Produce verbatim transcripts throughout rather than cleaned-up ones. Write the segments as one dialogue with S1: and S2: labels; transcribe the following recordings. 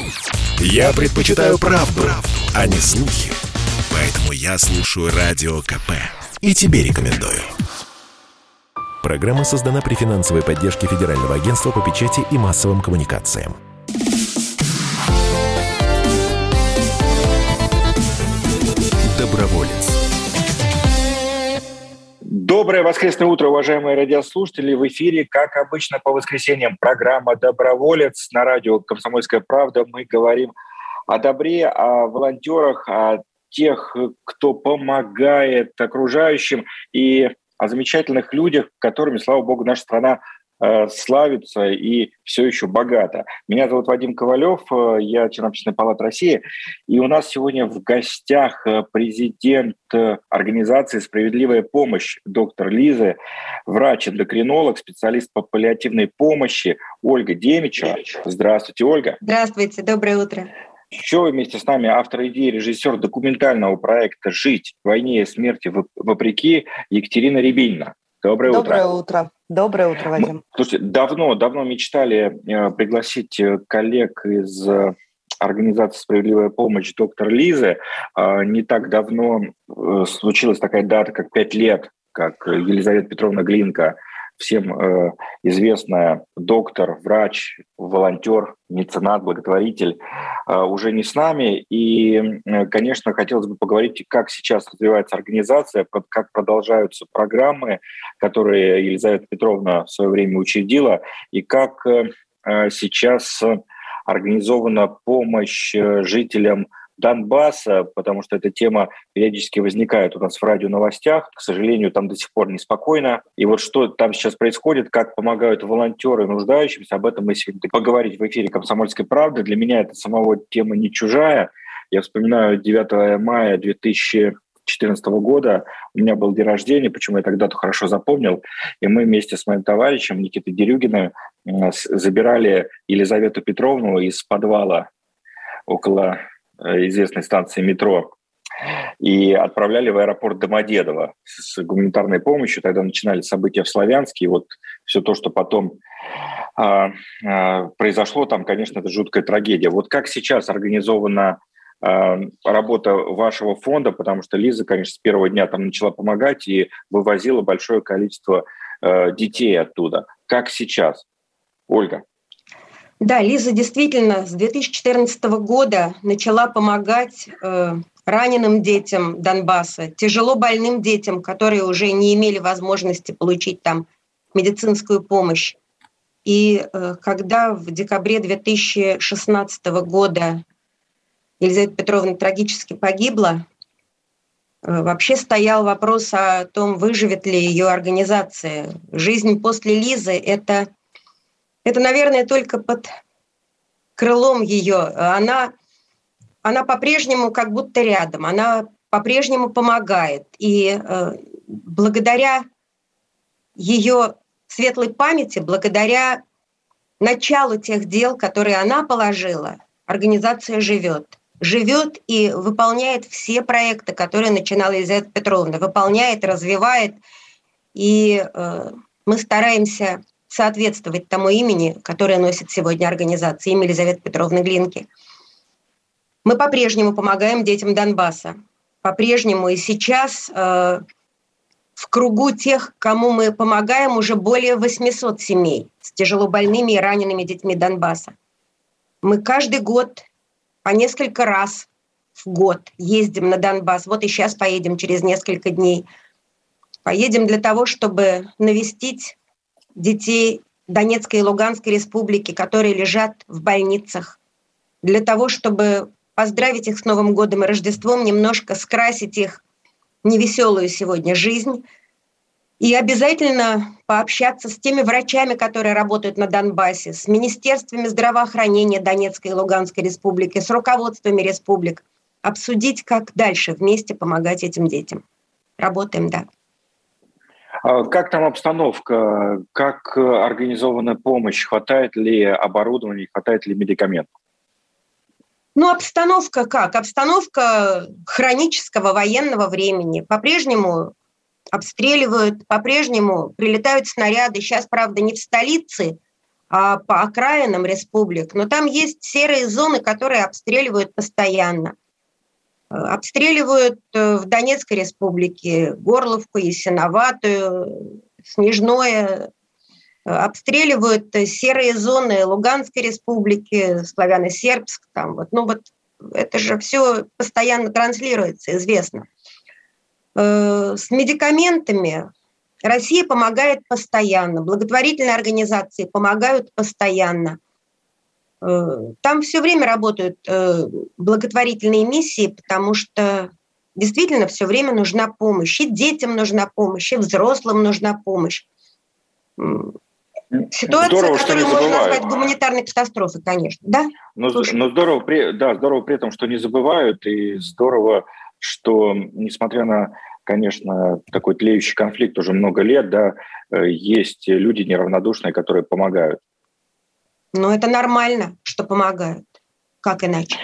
S1: Я предпочитаю правду, правду, а не слухи. Поэтому я слушаю Радио КП. И тебе рекомендую. Программа создана при финансовой поддержке Федерального агентства по печати и массовым коммуникациям. Доброволец.
S2: Доброе воскресное утро, уважаемые радиослушатели. В эфире, как обычно, по воскресеньям программа «Доброволец» на радио «Комсомольская правда». Мы говорим о добре, о волонтерах, о тех, кто помогает окружающим, и о замечательных людях, которыми, слава богу, наша страна э, славится и все еще богата. Меня зовут Вадим Ковалев, э, я член Общественной палаты России, и у нас сегодня в гостях президент организации «Справедливая помощь», доктор Лиза, врач-эндокринолог, специалист по паллиативной помощи Ольга Демичева. Здравствуйте, Ольга.
S3: Здравствуйте, доброе утро.
S2: Еще вместе с нами автор идеи, режиссер документального проекта «Жить в войне и смерти вопреки» Екатерина Рябинина. Доброе,
S4: Доброе
S2: утро.
S4: утро. Доброе утро, Вадим.
S2: Слушайте, давно, давно мечтали э, пригласить коллег из э, организации «Справедливая помощь» доктор Лизы. Э, не так давно э, случилась такая дата, как пять лет, как Елизавета Петровна Глинка, всем э, известная доктор, врач, волонтер, меценат, благотворитель, э, уже не с нами. И, э, конечно, хотелось бы поговорить, как сейчас развивается организация, как продолжаются программы, которые Елизавета Петровна в свое время учредила, и как э, сейчас организована помощь жителям Донбасса, потому что эта тема периодически возникает у нас в радионовостях. К сожалению, там до сих пор неспокойно. И вот что там сейчас происходит, как помогают волонтеры нуждающимся, об этом мы сегодня поговорить в эфире «Комсомольской правды». Для меня эта самого тема не чужая. Я вспоминаю девятого мая две тысячи четырнадцатого года. У меня был день рождения, почему я тогда то хорошо запомнил. И мы вместе с моим товарищем Никитой Дерюгиным забирали Елизавету Петровну из подвала около известной станции метро и отправляли в аэропорт Домодедово с гуманитарной помощью. Тогда начинали события в Славянске, и вот все то, что потом а, а, произошло, там, конечно, это жуткая трагедия. Вот как сейчас организована а, работа вашего фонда, потому что Лиза, конечно, с первого дня там начала помогать и вывозила большое количество а, детей оттуда. Как сейчас? Ольга.
S3: Да, Лиза действительно с две тысячи четырнадцатого года начала помогать э, раненым детям Донбасса, тяжело больным детям, которые уже не имели возможности получить там медицинскую помощь. И э, когда в декабре две тысячи шестнадцатого года Елизавета Петровна трагически погибла, э, вообще стоял вопрос о том, выживет ли ее организация. Жизнь после Лизы — это... Это, наверное, только под крылом ее. Она, она по-прежнему как будто рядом, она по-прежнему помогает. И э, благодаря ее светлой памяти, благодаря началу тех дел, которые она положила, организация живет. Живет и выполняет все проекты, которые начинала Елизавета Петровна. Выполняет, развивает. И э, мы стараемся соответствовать тому имени, которое носит сегодня организация, имя Елизаветы Петровны Глинки. Мы по-прежнему помогаем детям Донбасса. По-прежнему и сейчас э, в кругу тех, кому мы помогаем, уже более восемьсот семей с тяжелобольными и ранеными детьми Донбасса. Мы каждый год по несколько раз в год ездим на Донбасс. Вот и сейчас поедем через несколько дней. Поедем для того, чтобы навестить детей Донецкой и Луганской республики, которые лежат в больницах, для того, чтобы поздравить их с Новым годом и Рождеством, немножко скрасить их невеселую сегодня жизнь, и обязательно пообщаться с теми врачами, которые работают на Донбассе, с министерствами здравоохранения Донецкой и Луганской республики, с руководствами республик, обсудить, как дальше вместе помогать этим детям. Работаем, да.
S2: Как там обстановка? Как организована помощь? Хватает ли оборудования, хватает ли медикаментов?
S3: Ну, обстановка как? Обстановка хронического военного времени. По-прежнему обстреливают, по-прежнему прилетают снаряды. Сейчас, правда, не в столице, а по окраинам республик, но там есть серые зоны, которые обстреливают постоянно. Обстреливают в Донецкой республике Горловку, Ясиноватую, Снежное. Обстреливают серые зоны Луганской республики, Славяно-Сербск. Там вот. Ну вот это же все постоянно транслируется, известно. С медикаментами Россия помогает постоянно, благотворительные организации помогают постоянно. Там все время работают благотворительные миссии, потому что действительно все время нужна помощь. И детям нужна помощь, и взрослым нужна помощь. Ситуация,
S2: здорово,
S3: которую можно назвать гуманитарной катастрофой, конечно. Да?
S2: Но, но здорово, при, да, здорово при этом, что не забывают, и здорово, что, несмотря на, конечно, такой тлеющий конфликт уже много лет, да, есть люди неравнодушные, которые помогают.
S3: Ну, это нормально, что помогают. Как иначе?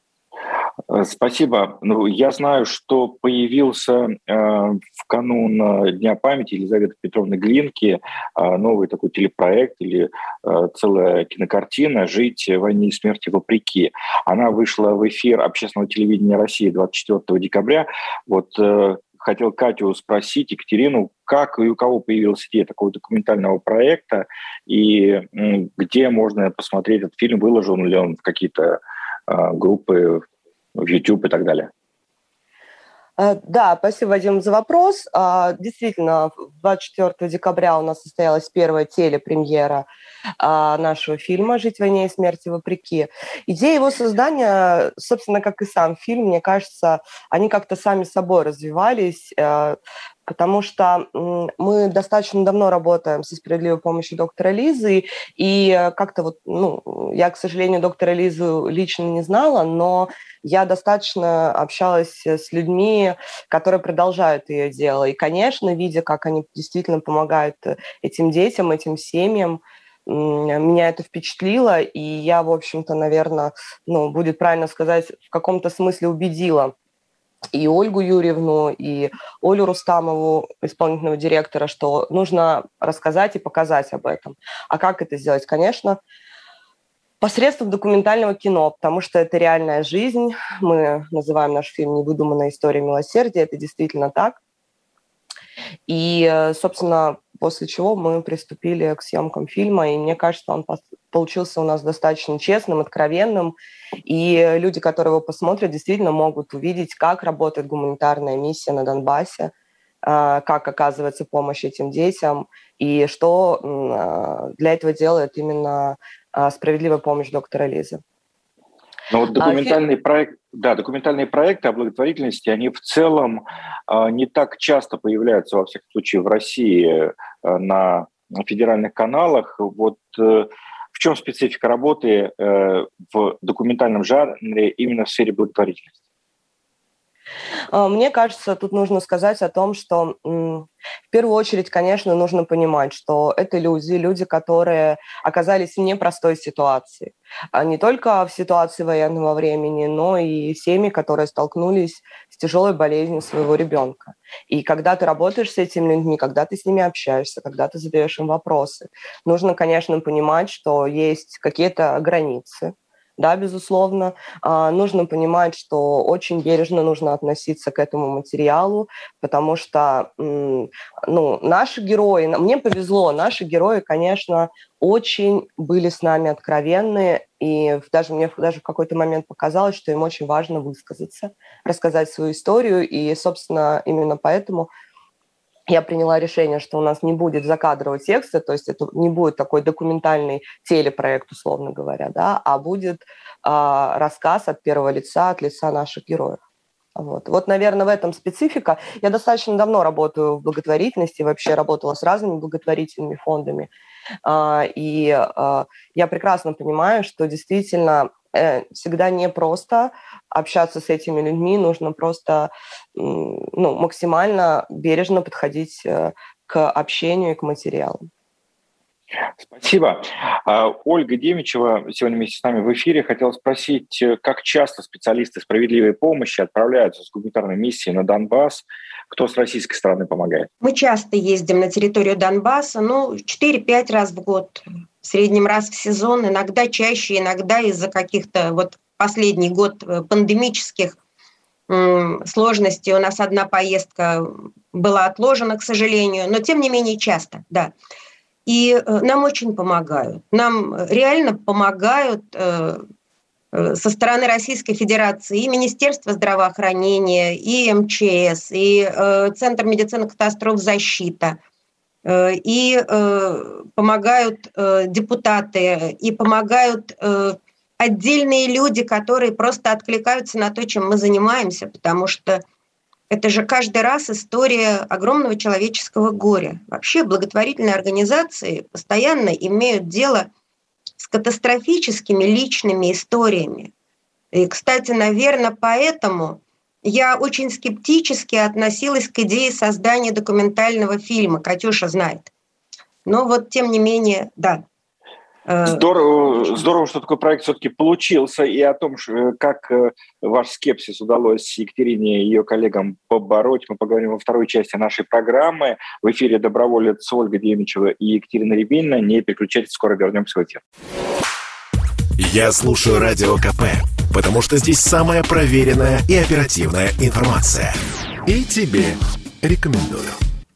S2: Спасибо. Ну, я знаю, что появился э, в канун Дня памяти Елизаветы Петровны Глинки э, новый такой телепроект или э, целая кинокартина «Жить войне и смерти вопреки». Она вышла в эфир общественного телевидения России двадцать четвёртого декабря. Вот э, хотел Катю спросить, Екатерину, как и у кого появилась идея такого документального проекта, и э, где можно посмотреть этот фильм, выложен ли он в какие-то э, группы, в YouTube и так далее.
S4: Да, спасибо, Вадим, за вопрос. Действительно, двадцать четвёртого декабря у нас состоялась первая телепремьера нашего фильма «Жить в войне и смерти вопреки». Идея его создания, собственно, как и сам фильм, мне кажется, они как-то сами собой развивались, потому что мы достаточно давно работаем со «Справедливой помощью» доктора Лизы, и как-то вот, ну, я, к сожалению, доктора Лизу лично не знала, но я достаточно общалась с людьми, которые продолжают ее дело. И, конечно, видя, как они действительно помогают этим детям, этим семьям, меня это впечатлило, и я, в общем-то, наверное, ну, будет правильно сказать, в каком-то смысле убедила и Ольгу Юрьевну, и Олю Рустамову, исполнительного директора, что нужно рассказать и показать об этом. А как это сделать? Конечно, посредством документального кино, потому что это реальная жизнь. Мы называем наш фильм «Невыдуманная история милосердия». Это действительно так. И, собственно, после чего мы приступили к съемкам фильма, и мне кажется, он получился у нас достаточно честным, откровенным, и люди, которые его посмотрят, действительно могут увидеть, как работает гуманитарная миссия на Донбассе, как оказывается помощь этим детям, и что для этого делает именно «Справедливая помощь» доктора Лизы.
S2: Но вот документальный проект, да, документальные проекты о благотворительности, они в целом э, не так часто появляются, во всяком случае, в России э, на федеральных каналах. Вот э, в чем специфика работы э, в документальном жанре именно в сфере благотворительности?
S4: Мне кажется, тут нужно сказать о том, что в первую очередь, конечно, нужно понимать, что это люди, люди, которые оказались в непростой ситуации. Не только в ситуации военного времени, но и семьи, которые столкнулись с тяжелой болезнью своего ребенка. И когда ты работаешь с этими людьми, когда ты с ними общаешься, когда ты задаешь им вопросы, нужно, конечно, понимать, что есть какие-то границы. Да, безусловно. А, нужно понимать, что очень бережно нужно относиться к этому материалу, потому что м, ну, наши герои, мне повезло, наши герои, конечно, очень были с нами откровенны, и даже мне даже в какой-то момент показалось, что им очень важно высказаться, рассказать свою историю, и, собственно, именно поэтому я приняла решение, что у нас не будет закадрового текста, то есть это не будет такой документальный телепроект, условно говоря, да, а будет э, рассказ от первого лица, от лица наших героев. Вот. вот, наверное, в этом специфика. Я достаточно давно работаю в благотворительности, вообще работала с разными благотворительными фондами, э, и э, я прекрасно понимаю, что действительно всегда непросто общаться с этими людьми, нужно просто ну, максимально бережно подходить к общению и к материалу.
S2: Спасибо. Ольга Демичева сегодня вместе с нами в эфире. Хотела спросить, как часто специалисты «Справедливой помощи» отправляются с гуманитарной миссией на Донбасс? Кто с российской стороны помогает?
S3: Мы часто ездим на территорию Донбасса, ну, четыре-пять раз в год. в среднем раз в сезон, иногда чаще, иногда из-за каких-то вот последний год пандемических сложностей. У нас одна поездка была отложена, к сожалению, но тем не менее часто, да. И нам очень помогают. Нам реально помогают со стороны Российской Федерации и Министерство здравоохранения, и эм че эс, и Центр медицины катастроф «Защита», и помогают депутаты, и помогают отдельные люди, которые просто откликаются на то, чем мы занимаемся, потому что это же каждый раз история огромного человеческого горя. Вообще благотворительные организации постоянно имеют дело с катастрофическими личными историями. И, кстати, наверное, поэтому я очень скептически относилась к идее создания документального фильма. Катюша знает. Но вот, тем не менее, да.
S2: Здорово, здорово, что такой проект все-таки получился, и о том, как ваш скепсис удалось Екатерине и ее коллегам побороть, мы поговорим во второй части нашей программы. В эфире «Доброволец» Ольга Демичева и Екатерина Рябинина. Не переключайтесь, скоро вернемся в эфир.
S1: Я слушаю Радио КП, потому что здесь самая проверенная и оперативная информация. И тебе рекомендую.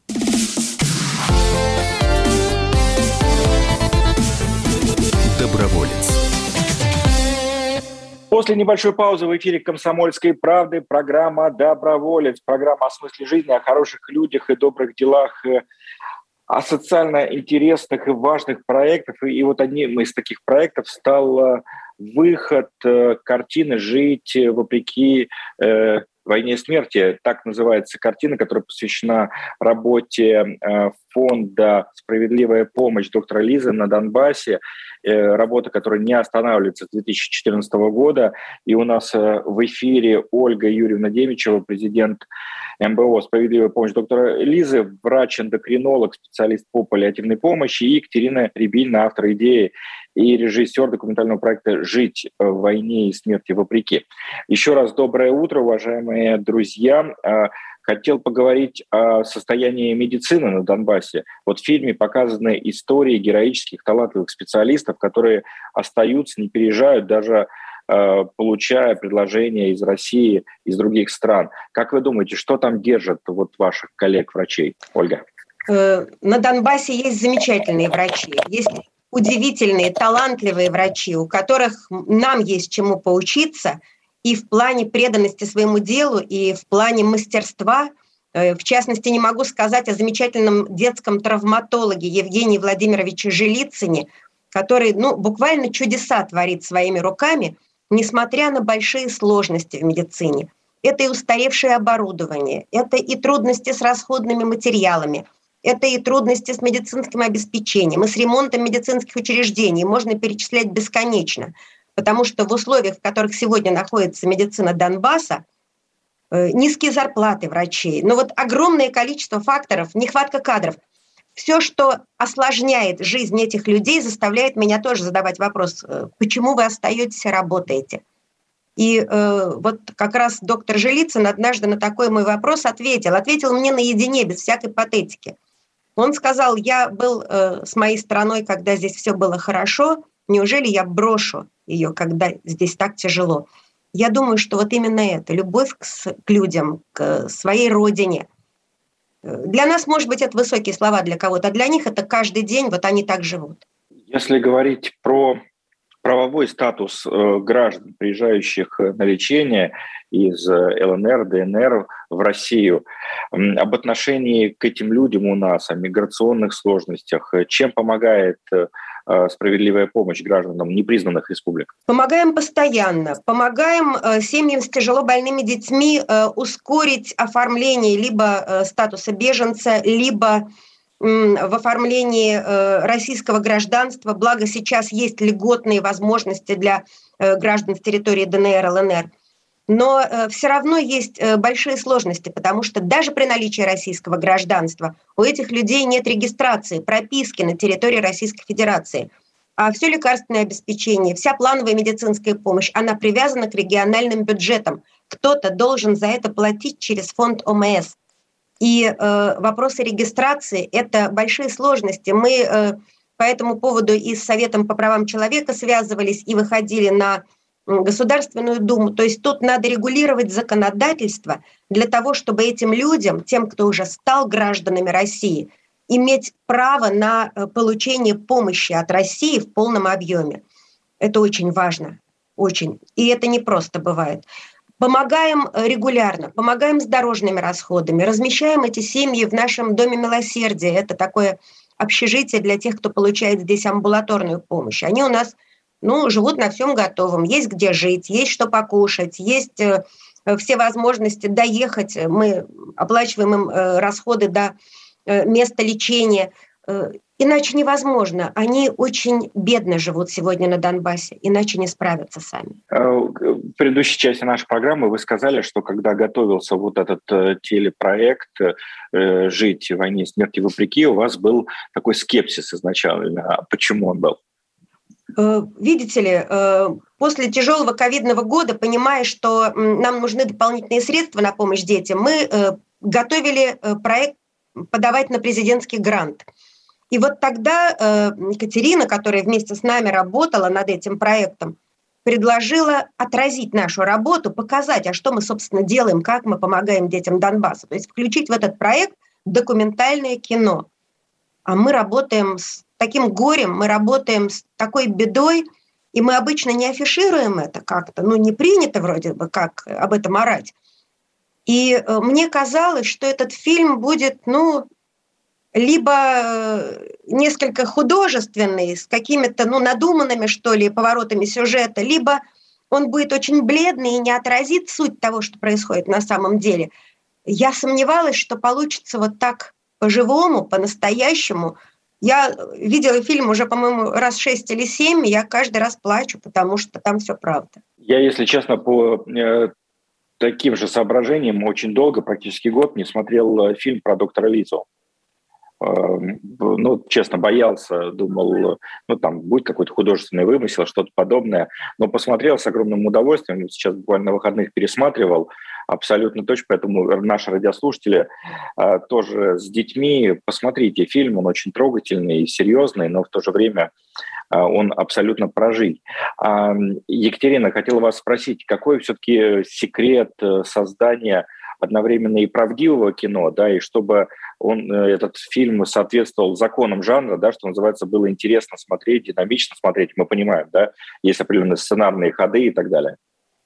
S1: Доброволец.
S2: После небольшой паузы в эфире «Комсомольской правды» программа «Доброволец». Программа о смысле жизни, о хороших людях и добрых делах, о социально интересных и важных проектах. И вот одним из таких проектов стал выход картины «Жить вопреки войне и смерти». Так называется картина, которая посвящена работе фонда «Справедливая помощь» доктора Лизы на Донбассе. Работа, которая не останавливается с две тысячи четырнадцатого года. И у нас в эфире Ольга Юрьевна Демичева, президент эм бэ о «Справедливая помощь» доктора Лизы, врач-эндокринолог, специалист по паллиативной помощи, и Екатерина Рябинина, автор идеи и режиссер документального проекта «Жить в войне и смерти вопреки». Еще раз доброе утро, уважаемые друзья. Хотел поговорить о состоянии медицины на Донбассе. Вот в фильме показаны истории героических, талантливых специалистов, которые остаются, не переезжают, даже э, получая предложения из России, из других стран. Как вы думаете, что там держит вот ваших коллег-врачей, Ольга?
S3: На Донбассе есть замечательные врачи, есть удивительные, талантливые врачи, у которых нам есть чему поучиться и в плане преданности своему делу, и в плане мастерства. В частности, не могу сказать о замечательном детском травматологе Евгении Владимировиче Жилицыне, который ну, буквально чудеса творит своими руками, несмотря на большие сложности в медицине. Это и устаревшее оборудование, это и трудности с расходными материалами, это и трудности с медицинским обеспечением, и с ремонтом медицинских учреждений. Можно перечислять бесконечно. Потому что в условиях, в которых сегодня находится медицина Донбасса, низкие зарплаты врачей, но вот огромное количество факторов, нехватка кадров, все, что осложняет жизнь этих людей, заставляет меня тоже задавать вопрос, почему вы остаетесь и работаете? И э, вот как раз доктор Жилицын однажды на такой мой вопрос ответил, ответил мне наедине, без всякой патетики. Он сказал, я был э, с моей страной, когда здесь все было хорошо, неужели я брошу ее, когда здесь так тяжело? Я думаю, что вот именно это, любовь к, к людям, к своей родине. Для нас, может быть, это высокие слова для кого-то, а для них это каждый день, вот они так живут.
S2: Если говорить про правовой статус э, граждан, приезжающих на лечение из эл эн эр, дэ эн эр в Россию, э, об отношении к этим людям у нас, о миграционных сложностях, чем помогает э, справедливая помощь гражданам непризнанных республик?
S3: Помогаем постоянно. Помогаем э, семьям с тяжело больными детьми э, ускорить оформление либо э, статуса беженца, либо в оформлении российского гражданства, благо сейчас есть льготные возможности для граждан с территории дэ эн эр, эл эн эр. Но все равно есть большие сложности, потому что даже при наличии российского гражданства у этих людей нет регистрации, прописки на территории Российской Федерации. А все лекарственное обеспечение, вся плановая медицинская помощь, она привязана к региональным бюджетам. Кто-то должен за это платить через фонд о эм эс. И э, вопросы регистрации – это большие сложности. Мы э, по этому поводу и с Советом по правам человека связывались и выходили на Государственную Думу. То есть тут надо регулировать законодательство для того, чтобы этим людям, тем, кто уже стал гражданами России, иметь право на получение помощи от России в полном объеме. Это очень важно, очень. И это не просто бывает. Помогаем регулярно, помогаем с дорожными расходами, размещаем эти семьи в нашем Доме милосердия. Это такое общежитие для тех, кто получает здесь амбулаторную помощь. Они у нас ну, живут на всем готовом. Есть где жить, есть что покушать, есть э, все возможности доехать. Мы оплачиваем им э, расходы до э, места лечения. Э, иначе невозможно. Они очень бедно живут сегодня на Донбассе, иначе не справятся сами.
S2: В предыдущей части нашей программы вы сказали, что когда готовился вот этот э, телепроект э, «Жить в войне, смерти вопреки», у вас был такой скепсис изначально. А почему он был?
S3: Видите ли, после тяжелого ковидного года, понимая, что нам нужны дополнительные средства на помощь детям, мы готовили проект подавать на президентский грант. И вот тогда Екатерина, которая вместе с нами работала над этим проектом, предложила отразить нашу работу, показать, а что мы, собственно, делаем, как мы помогаем детям Донбасса. То есть включить в этот проект документальное кино. А мы работаем с таким горем, мы работаем с такой бедой, и мы обычно не афишируем это как-то, ну, не принято вроде бы как об этом орать. И э, мне казалось, что этот фильм будет, ну, либо э, несколько художественный, с какими-то, ну, надуманными, что ли, поворотами сюжета, либо он будет очень бледный и не отразит суть того, что происходит на самом деле. Я сомневалась, что получится вот так по-живому, по-настоящему. Я видела фильм уже, по-моему, раз шесть или семь, и я каждый раз плачу, потому что там все правда.
S2: Я, если честно, по э, таким же соображениям очень долго, практически год, не смотрел фильм про доктора Лизу. Э, ну, честно, боялся, думал, ну, там будет какой-то художественный вымысел, что-то подобное. Но посмотрел с огромным удовольствием. Сейчас буквально на выходных пересматривал. Абсолютно точно, поэтому наши радиослушатели а, тоже с детьми, посмотрите фильм, он очень трогательный и серьезный, но в то же время а, он абсолютно про жизнь. А, Екатерина, хотела вас спросить, какой все-таки секрет создания одновременно и правдивого кино, да, и чтобы он, этот фильм соответствовал законам жанра, да, что называется, было интересно смотреть, динамично смотреть, мы понимаем, да, есть определенные сценарные ходы и так далее.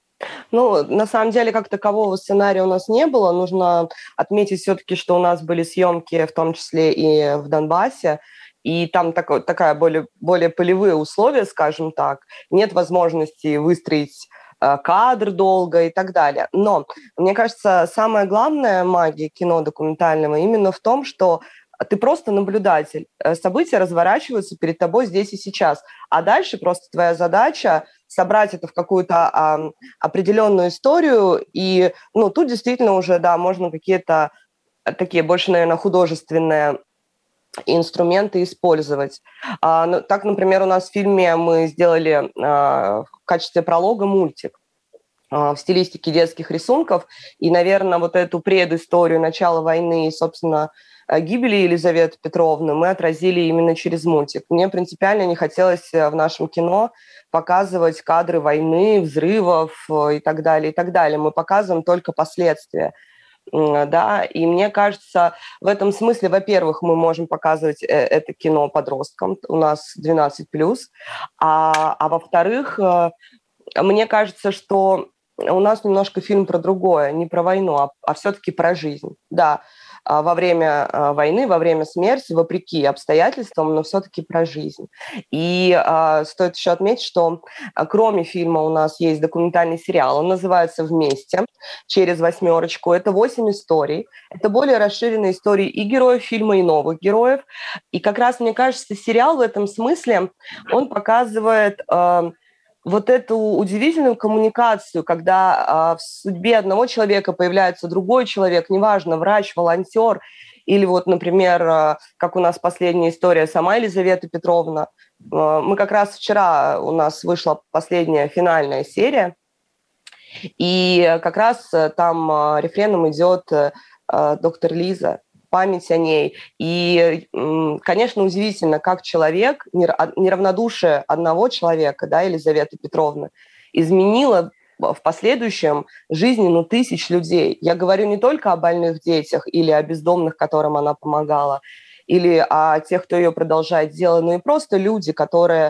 S4: Ну, на самом деле, как такового сценария у нас не было. Нужно отметить все-таки, что у нас были съемки, в том числе и в Донбассе, и там такое, такая более, более полевые условия, скажем так. Нет возможности выстроить э, кадр долго и так далее. Но, мне кажется, самая главная магия кино документального именно в том, что ты просто наблюдатель. События разворачиваются перед тобой здесь и сейчас. А дальше просто твоя задача собрать это в какую-то а, определенную историю. И ну, тут действительно уже, да, можно какие-то такие больше, наверное, художественные инструменты использовать. А, ну, так, например, у нас в фильме мы сделали а, в качестве пролога мультик в стилистике детских рисунков. И, наверное, вот эту предысторию начала войны и, собственно, гибели Елизаветы Петровны мы отразили именно через мультик. Мне принципиально не хотелось в нашем кино показывать кадры войны, взрывов и так далее, и так далее. Мы показываем только последствия. Да, и мне кажется, в этом смысле, во-первых, мы можем показывать это кино подросткам, у нас двенадцать плюс, а, а во-вторых, мне кажется, что у нас немножко фильм про другое, не про войну, а, а все-таки про жизнь. Да, во время войны, во время смерти, вопреки обстоятельствам, но все-таки про жизнь. И э, стоит еще отметить, что кроме фильма у нас есть документальный сериал, он называется «Вместе», через восьмерочку. Это восемь историй. Это более расширенные истории и героев фильма, и новых героев. И как раз, мне кажется, сериал в этом смысле, он показывает... Э, вот эту удивительную коммуникацию, когда э, в судьбе одного человека появляется другой человек, неважно, врач, волонтер, или вот, например, э, как у нас последняя история, сама Елизавета Петровна. Э, мы как раз вчера, у нас вышла последняя финальная серия, и как раз там э, рефреном идет э, доктор Лиза. память о ней. И, конечно, удивительно, как человек, неравнодушие одного человека, да, Елизаветы Петровны, изменило в последующем жизни ну, тысяч людей. Я говорю не только о больных детях или о бездомных, которым она помогала, или о тех, кто ее продолжает делать, но и просто люди, которые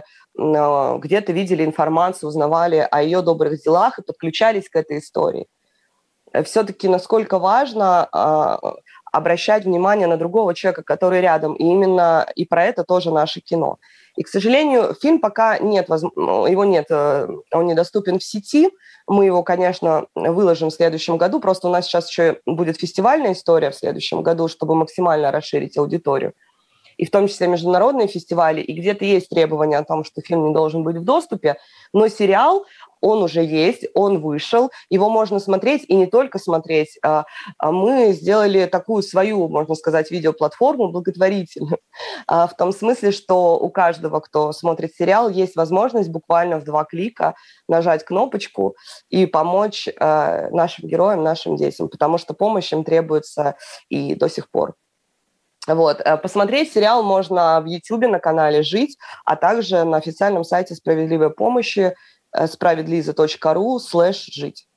S4: э, где-то видели информацию, узнавали о ее добрых делах и подключались к этой истории. Все-таки насколько важно э, обращать внимание на другого человека, который рядом, и именно и про это тоже наше кино. И, к сожалению, фильм пока нет, его нет, он недоступен в сети. Мы его, конечно, выложим в следующем году. Просто у нас сейчас еще будет фестивальная история в следующем году, чтобы максимально расширить аудиторию. И в том числе международные фестивали. И где-то есть требования о том, что фильм не должен быть в доступе. Но сериал, он уже есть, он вышел. Его можно смотреть и не только смотреть. Мы сделали такую свою, можно сказать, видеоплатформу благотворительную. В том смысле, что у каждого, кто смотрит сериал, есть возможность буквально в два клика нажать кнопочку и помочь нашим героям, нашим детям. Потому что помощь им требуется и до сих пор. Вот. Посмотреть сериал можно в Ютьюбе на канале «Жить», а также на официальном сайте «Справедливой помощи» справедлиза точка ру слэш жить.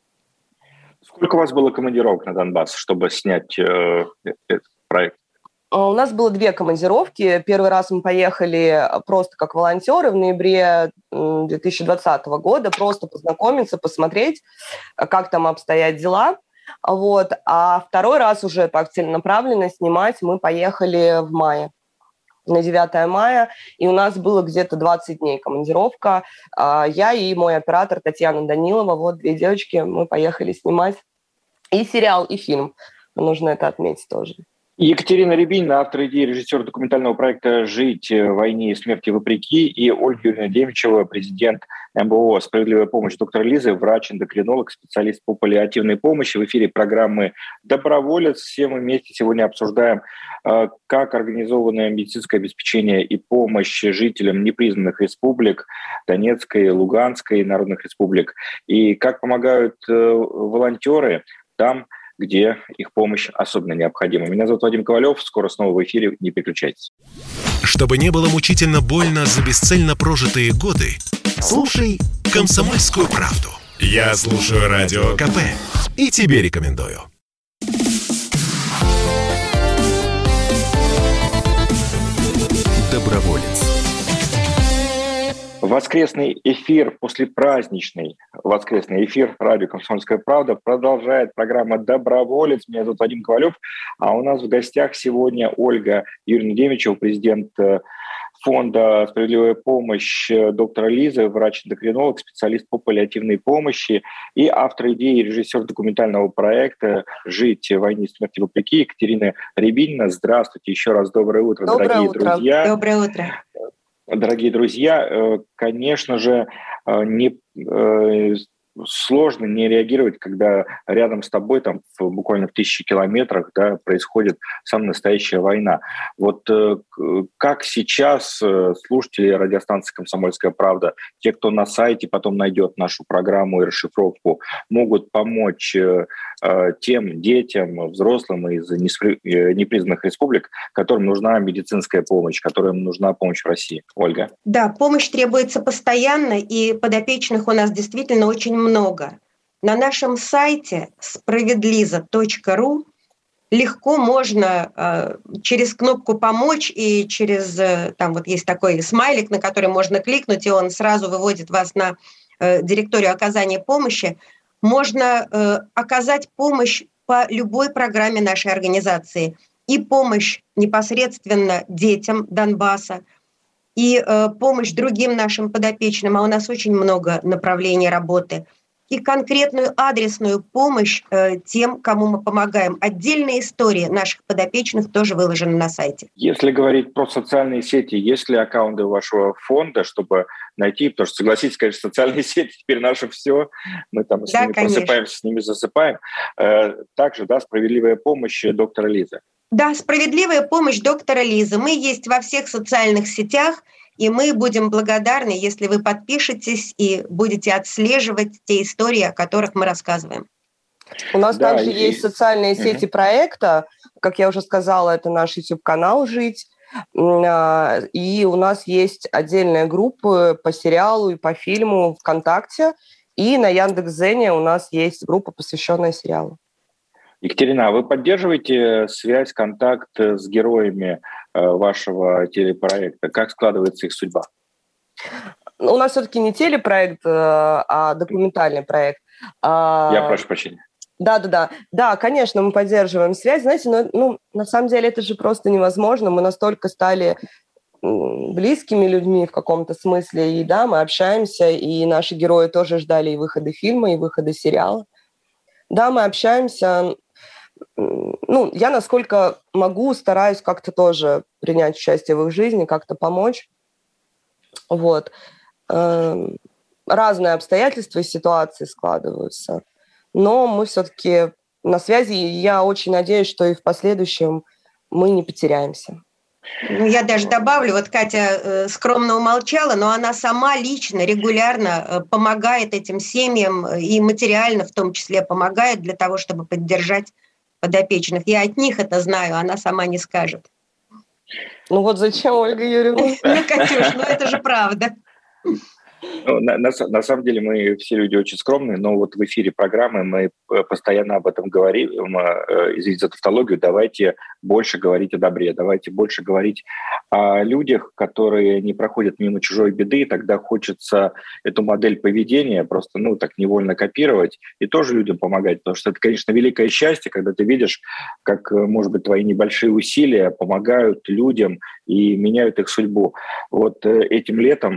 S2: Сколько у вас было командировок на Донбасс, чтобы снять э, этот проект?
S4: У нас было две командировки. Первый раз мы поехали просто как волонтеры в ноябре две тысячи двадцатого года, просто познакомиться, посмотреть, как там обстоят дела. Вот. А второй раз уже так целенаправленно снимать мы поехали в мае, на девятое мая, и у нас было где-то двадцать дней командировка. Я и мой оператор Татьяна Данилова, вот две девочки, мы поехали снимать и сериал, и фильм. Нужно это отметить тоже.
S2: Екатерина Рябинина, автор идеи, режиссер документального проекта «Жить. Войне и смерти вопреки», и Ольга Юрьевна Демичева, президент эм бэ о «Справедливая помощь» доктора Лизы, врач-эндокринолог, специалист по паллиативной помощи. В эфире программы «Доброволец». Все мы вместе сегодня обсуждаем, как организованное медицинское обеспечение и помощь жителям непризнанных республик, Донецкой, Луганской народных республик, и как помогают волонтеры там, где их помощь особенно необходима. Меня зовут Вадим Ковалев. Скоро снова в эфире. Не переключайтесь.
S1: Чтобы не было мучительно больно за бесцельно прожитые годы, слушай «Комсомольскую правду». Я слушаю Радио ка пэ и тебе рекомендую. Доброволец.
S2: Воскресный эфир, послепраздничный воскресный эфир радио «Комсомольская правда» продолжает программа «Доброволец». Меня зовут Вадим Ковалев, а у нас в гостях сегодня Ольга Юрьевна Демичева, президент фонда «Справедливая помощь» доктора Лизы, врач-эндокринолог, специалист по паллиативной помощи и автор идеи и режиссер документального проекта «Жить. Войне и смерти вопреки» Екатерина Рябинина. Здравствуйте, еще раз доброе утро,
S4: доброе
S2: дорогие
S4: утро.
S2: друзья.
S3: Доброе утро.
S2: Дорогие друзья, конечно же, не, сложно не реагировать, когда рядом с тобой, там, буквально в тысячи километрах, да, происходит самая настоящая война. Вот как сейчас слушатели радиостанции «Комсомольская правда», те, кто на сайте потом найдет нашу программу и расшифровку, могут помочь тем детям, взрослым из непризнанных республик, которым нужна медицинская помощь, которым нужна помощь в России? Ольга?
S3: Да, помощь требуется постоянно, и подопечных у нас действительно очень много. На нашем сайте справедлиза точка ру легко можно э, через кнопку «Помочь» и через, э, там вот есть такой смайлик, на который можно кликнуть, и он сразу выводит вас на э, директорию оказания помощи. Можно э, оказать помощь по любой программе нашей организации. И помощь непосредственно детям Донбасса, и э, помощь другим нашим подопечным, а у нас очень много направлений работы, и конкретную адресную помощь э, тем, кому мы помогаем. Отдельные истории наших подопечных тоже выложены на сайте.
S2: Если говорить про социальные сети, есть ли аккаунты вашего фонда, чтобы найти, потому что, согласитесь, конечно, социальные сети теперь наше все, мы там с да, ними конечно. просыпаемся, с ними засыпаем. Э, также, да, «Справедливая помощь» доктора Лизы.
S3: Да, «Справедливая помощь» доктора Лизы. Мы есть во всех социальных сетях, и мы будем благодарны, если вы подпишетесь и будете отслеживать те истории, о которых мы рассказываем.
S4: У нас
S2: да,
S4: также
S2: и...
S4: есть социальные сети угу. проекта, как я уже сказала, это наш YouTube-канал «Жить». И у нас есть отдельные группы по сериалу и по фильму ВКонтакте. И на Яндекс.Дзене у нас есть группа, посвященная сериалу.
S2: Екатерина, а вы поддерживаете связь, контакт с героями вашего телепроекта? Как складывается их судьба?
S4: У нас все-таки не телепроект, а документальный проект.
S2: Я прошу прощения.
S4: Да-да-да. Да, конечно, мы поддерживаем связь. Знаете, но, ну, на самом деле это же просто невозможно. Мы настолько стали близкими людьми в каком-то смысле. И да, мы общаемся, и наши герои тоже ждали и выхода фильма, и выхода сериала. Да, мы общаемся. Ну, я, насколько могу, стараюсь как-то тоже принять участие в их жизни, как-то помочь. Вот. Разные обстоятельства и ситуации складываются. Но мы все-таки на связи, и я очень надеюсь, что и в последующем мы не потеряемся.
S3: Ну, я даже добавлю, вот Катя э, скромно умолчала, но она сама лично, регулярно э, помогает этим семьям и материально в том числе помогает для того, чтобы поддержать подопечных. Я от них это знаю, она сама не скажет.
S4: Ну вот зачем, Ольга Юрьевна?
S3: Ну, Катюш, ну это же правда.
S2: Ну, на, на, на самом деле мы все люди очень скромные, но вот в эфире программы мы постоянно об этом говорим. Извините за тавтологию, давайте больше говорить о добре, давайте больше говорить о людях, которые не проходят мимо чужой беды, тогда хочется эту модель поведения просто, ну, так невольно копировать и тоже людям помогать, потому что это, конечно, великое счастье, когда ты видишь, как, может быть, твои небольшие усилия помогают людям и меняют их судьбу. Вот этим летом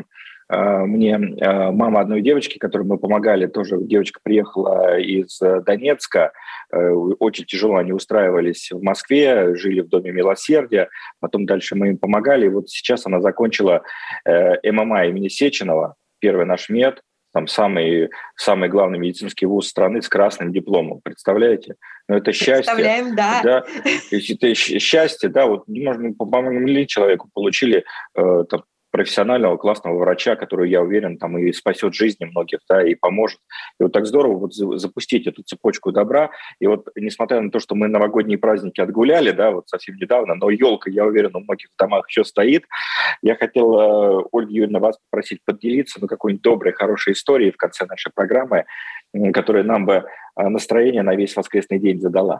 S2: мне мама одной девочки, которой мы помогали, тоже девочка приехала из Донецка, очень тяжело они устраивались в Москве, жили в Доме милосердия, потом дальше мы им помогали, и вот сейчас она закончила эм эм а имени Сеченова, первый наш мед, там самый, самый главный медицинский вуз страны с красным дипломом, представляете? Ну, это счастье.
S3: Представляем, да.
S2: да. Это счастье, да, вот, можно, помогли человеку, получили там, профессионального, классного врача, который, я уверен, там и спасет жизни многих, да, и поможет. И вот так здорово вот запустить эту цепочку добра. И вот, несмотря на то, что мы новогодние праздники отгуляли, да, вот совсем недавно, но елка, я уверен, у многих в домах еще стоит. Я хотел, Ольга Юрьевна, вас попросить поделиться, ну, какой-нибудь доброй, хорошей историей в конце нашей программы, которая нам бы настроение на весь воскресный день задала.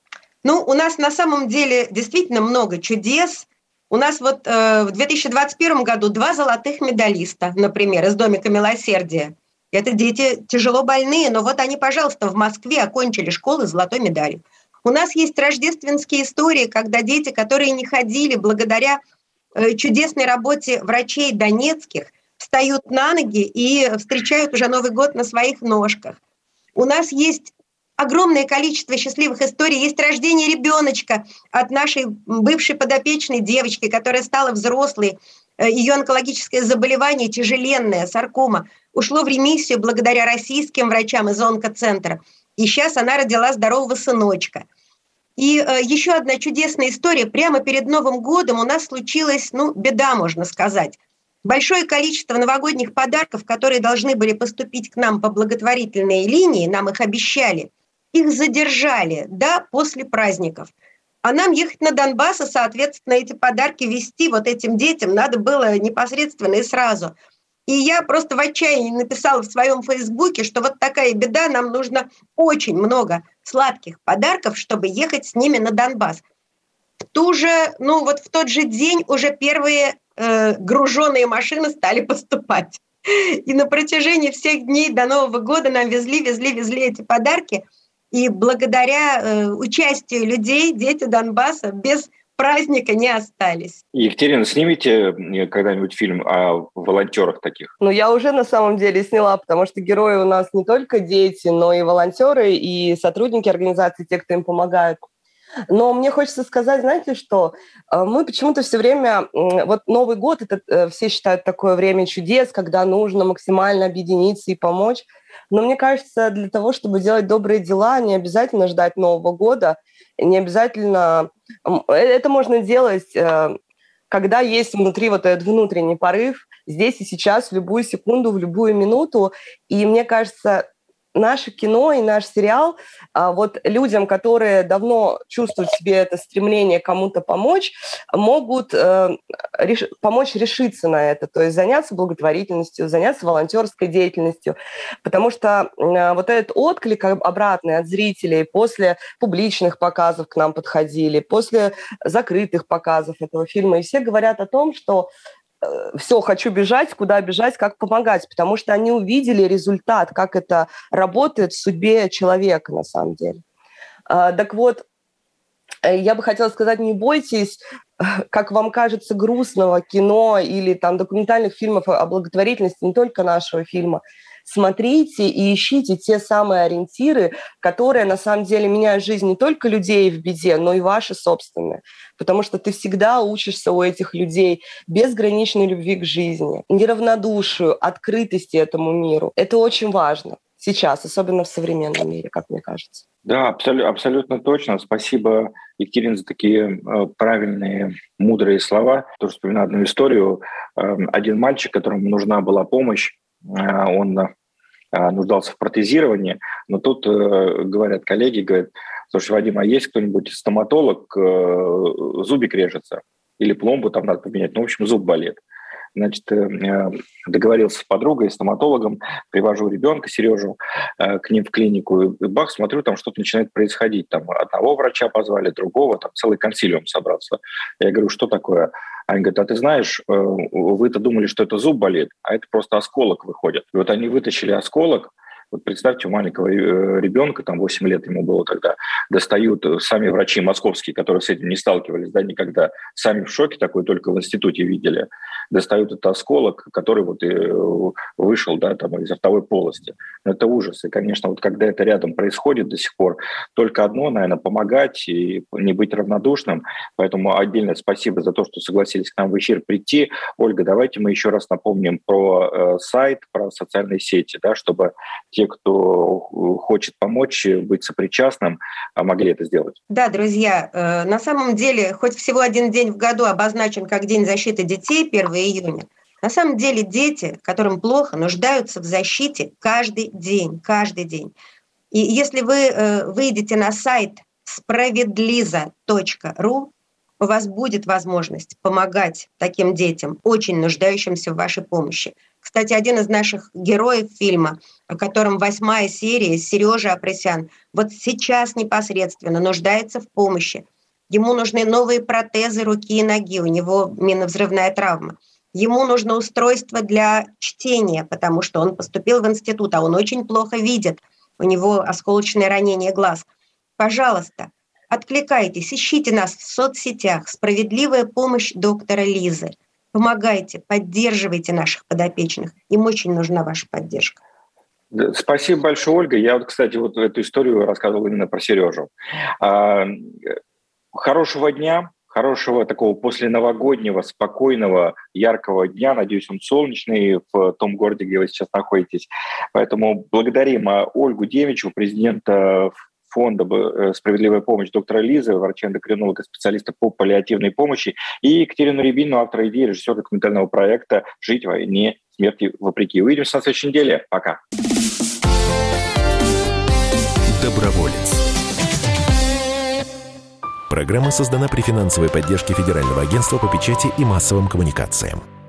S3: Ну, у нас на самом деле действительно много чудес. У нас вот э, в две тысячи двадцать первом году два золотых медалиста, например, из Домика милосердия. Это дети тяжело больные, но вот они, пожалуйста, в Москве окончили школу с золотой медалью. У нас есть рождественские истории, когда дети, которые не ходили благодаря э, чудесной работе врачей донецких, встают на ноги и встречают уже Новый год на своих ножках. У нас есть огромное количество счастливых историй. Есть рождение ребеночка от нашей бывшей подопечной девочки, которая стала взрослой. Ее онкологическое заболевание тяжеленное, саркома, ушло в ремиссию благодаря российским врачам из онкоцентра. И сейчас она родила здорового сыночка. И э, еще одна чудесная история. Прямо перед Новым годом у нас случилась, ну, беда, можно сказать. Большое количество новогодних подарков, которые должны были поступить к нам по благотворительной линии, нам их обещали, их задержали, да, после праздников. А нам ехать на Донбасс и, соответственно, эти подарки везти вот этим детям надо было непосредственно и сразу. И я просто в отчаянии написала в своем фейсбуке, что вот такая беда, нам нужно очень много сладких подарков, чтобы ехать с ними на Донбасс. В ту же, ну вот в тот же день уже первые э, груженные машины стали поступать. И на протяжении всех дней до Нового года нам везли, везли, везли эти подарки. И благодаря э, участию людей дети Донбасса без праздника не остались.
S2: Екатерина, снимите когда-нибудь фильм о волонтерах таких?
S4: Ну, я уже на самом деле сняла, потому что герои у нас не только дети, но и волонтеры, и сотрудники организации, те, кто им помогает. Но мне хочется сказать, знаете что, мы почему-то все время, вот Новый год, это все считают такое время чудес, когда нужно максимально объединиться и помочь. Но мне кажется, для того, чтобы делать добрые дела, не обязательно ждать Нового года, не обязательно... Это можно делать, когда есть внутри вот этот внутренний порыв, здесь и сейчас, в любую секунду, в любую минуту. И мне кажется, наше кино и наш сериал вот людям, которые давно чувствуют в себе это стремление кому-то помочь, могут реш... помочь решиться на это, то есть заняться благотворительностью, заняться волонтерской деятельностью, потому что вот этот отклик обратный от зрителей после публичных показов к нам подходили, после закрытых показов этого фильма, и все говорят о том, что все, хочу бежать, куда бежать, как помогать, потому что они увидели результат, как это работает в судьбе человека на самом деле. Так вот, я бы хотела сказать, не бойтесь, как вам кажется, грустного кино или там документальных фильмов о благотворительности, не только нашего фильма. Смотрите и ищите те самые ориентиры, которые на самом деле меняют жизнь не только людей в беде, но и ваши собственные. Потому что ты всегда учишься у этих людей безграничной любви к жизни, неравнодушию, открытости этому миру. Это очень важно сейчас, особенно в современном мире, как мне кажется.
S2: Да, абсолютно, абсолютно точно. Спасибо, Екатерина, за такие э, правильные, мудрые слова. Тоже вспоминаю одну историю. Э, один мальчик, которому нужна была помощь, э, он э, нуждался в протезировании, но тут э, говорят коллеги, говорят: слушай, Вадим, а есть кто-нибудь стоматолог, э, зубик режется, или пломбу там надо поменять, ну, в общем, зуб болит. Значит, договорился с подругой, стоматологом, привожу ребенка, Сережу, к ним в клинику, и бах, смотрю, там что-то начинает происходить. Там одного врача позвали, другого, там целый консилиум собрался. Я говорю, что такое? Они говорят: а ты знаешь, вы-то думали, что это зуб болит, а это просто осколок выходит. И вот они вытащили осколок. Вот представьте, у маленького ребенка, там восемь лет ему было тогда, достают сами врачи московские, которые с этим не сталкивались, да, никогда, сами в шоке, такой только в институте видели, достают этот осколок, который вот и вышел, да, там из ротовой полости. Но это ужас. И, конечно, вот когда это рядом происходит до сих пор, только одно, наверное, помогать и не быть равнодушным. Поэтому отдельное спасибо за то, что согласились к нам в эфир прийти. Ольга, давайте мы еще раз напомним про э, сайт, про социальные сети, да, чтобы те, кто хочет помочь, быть сопричастным, могли это сделать.
S3: Да, друзья, на самом деле, хоть всего один день в году обозначен как День защиты детей, первого июня, на самом деле дети, которым плохо, нуждаются в защите каждый день, каждый день. И если вы выйдете на сайт справедлиза точка ру, у вас будет возможность помогать таким детям, очень нуждающимся в вашей помощи. Кстати, один из наших героев фильма, о котором восьмая серия, Сережа Апресян, вот сейчас непосредственно нуждается в помощи. Ему нужны новые протезы руки и ноги, у него минно-взрывная травма. Ему нужно устройство для чтения, потому что он поступил в институт, а он очень плохо видит, у него осколочное ранение глаз. Пожалуйста, откликайтесь, ищите нас в соцсетях «Справедливая помощь доктора Лизы». Помогайте, поддерживайте наших подопечных. Им очень нужна ваша поддержка.
S2: Спасибо большое, Ольга. Я, вот, кстати, вот эту историю рассказывал именно про Сережу. А, хорошего дня, хорошего такого посленовогоднего, спокойного, яркого дня. Надеюсь, он солнечный в том городе, где вы сейчас находитесь. Поэтому благодарим Ольгу Демичеву, президента фонда «Справедливая помощь» доктора Лизы, врача-эндокринолога, специалиста по паллиативной помощи, и Екатерину Рябинину, автора идеи, режиссера документального проекта «Жить войне, смерти вопреки». Увидимся на следующей неделе. Пока.
S1: Доброволец. Программа создана при финансовой поддержке Федерального агентства по печати и массовым коммуникациям.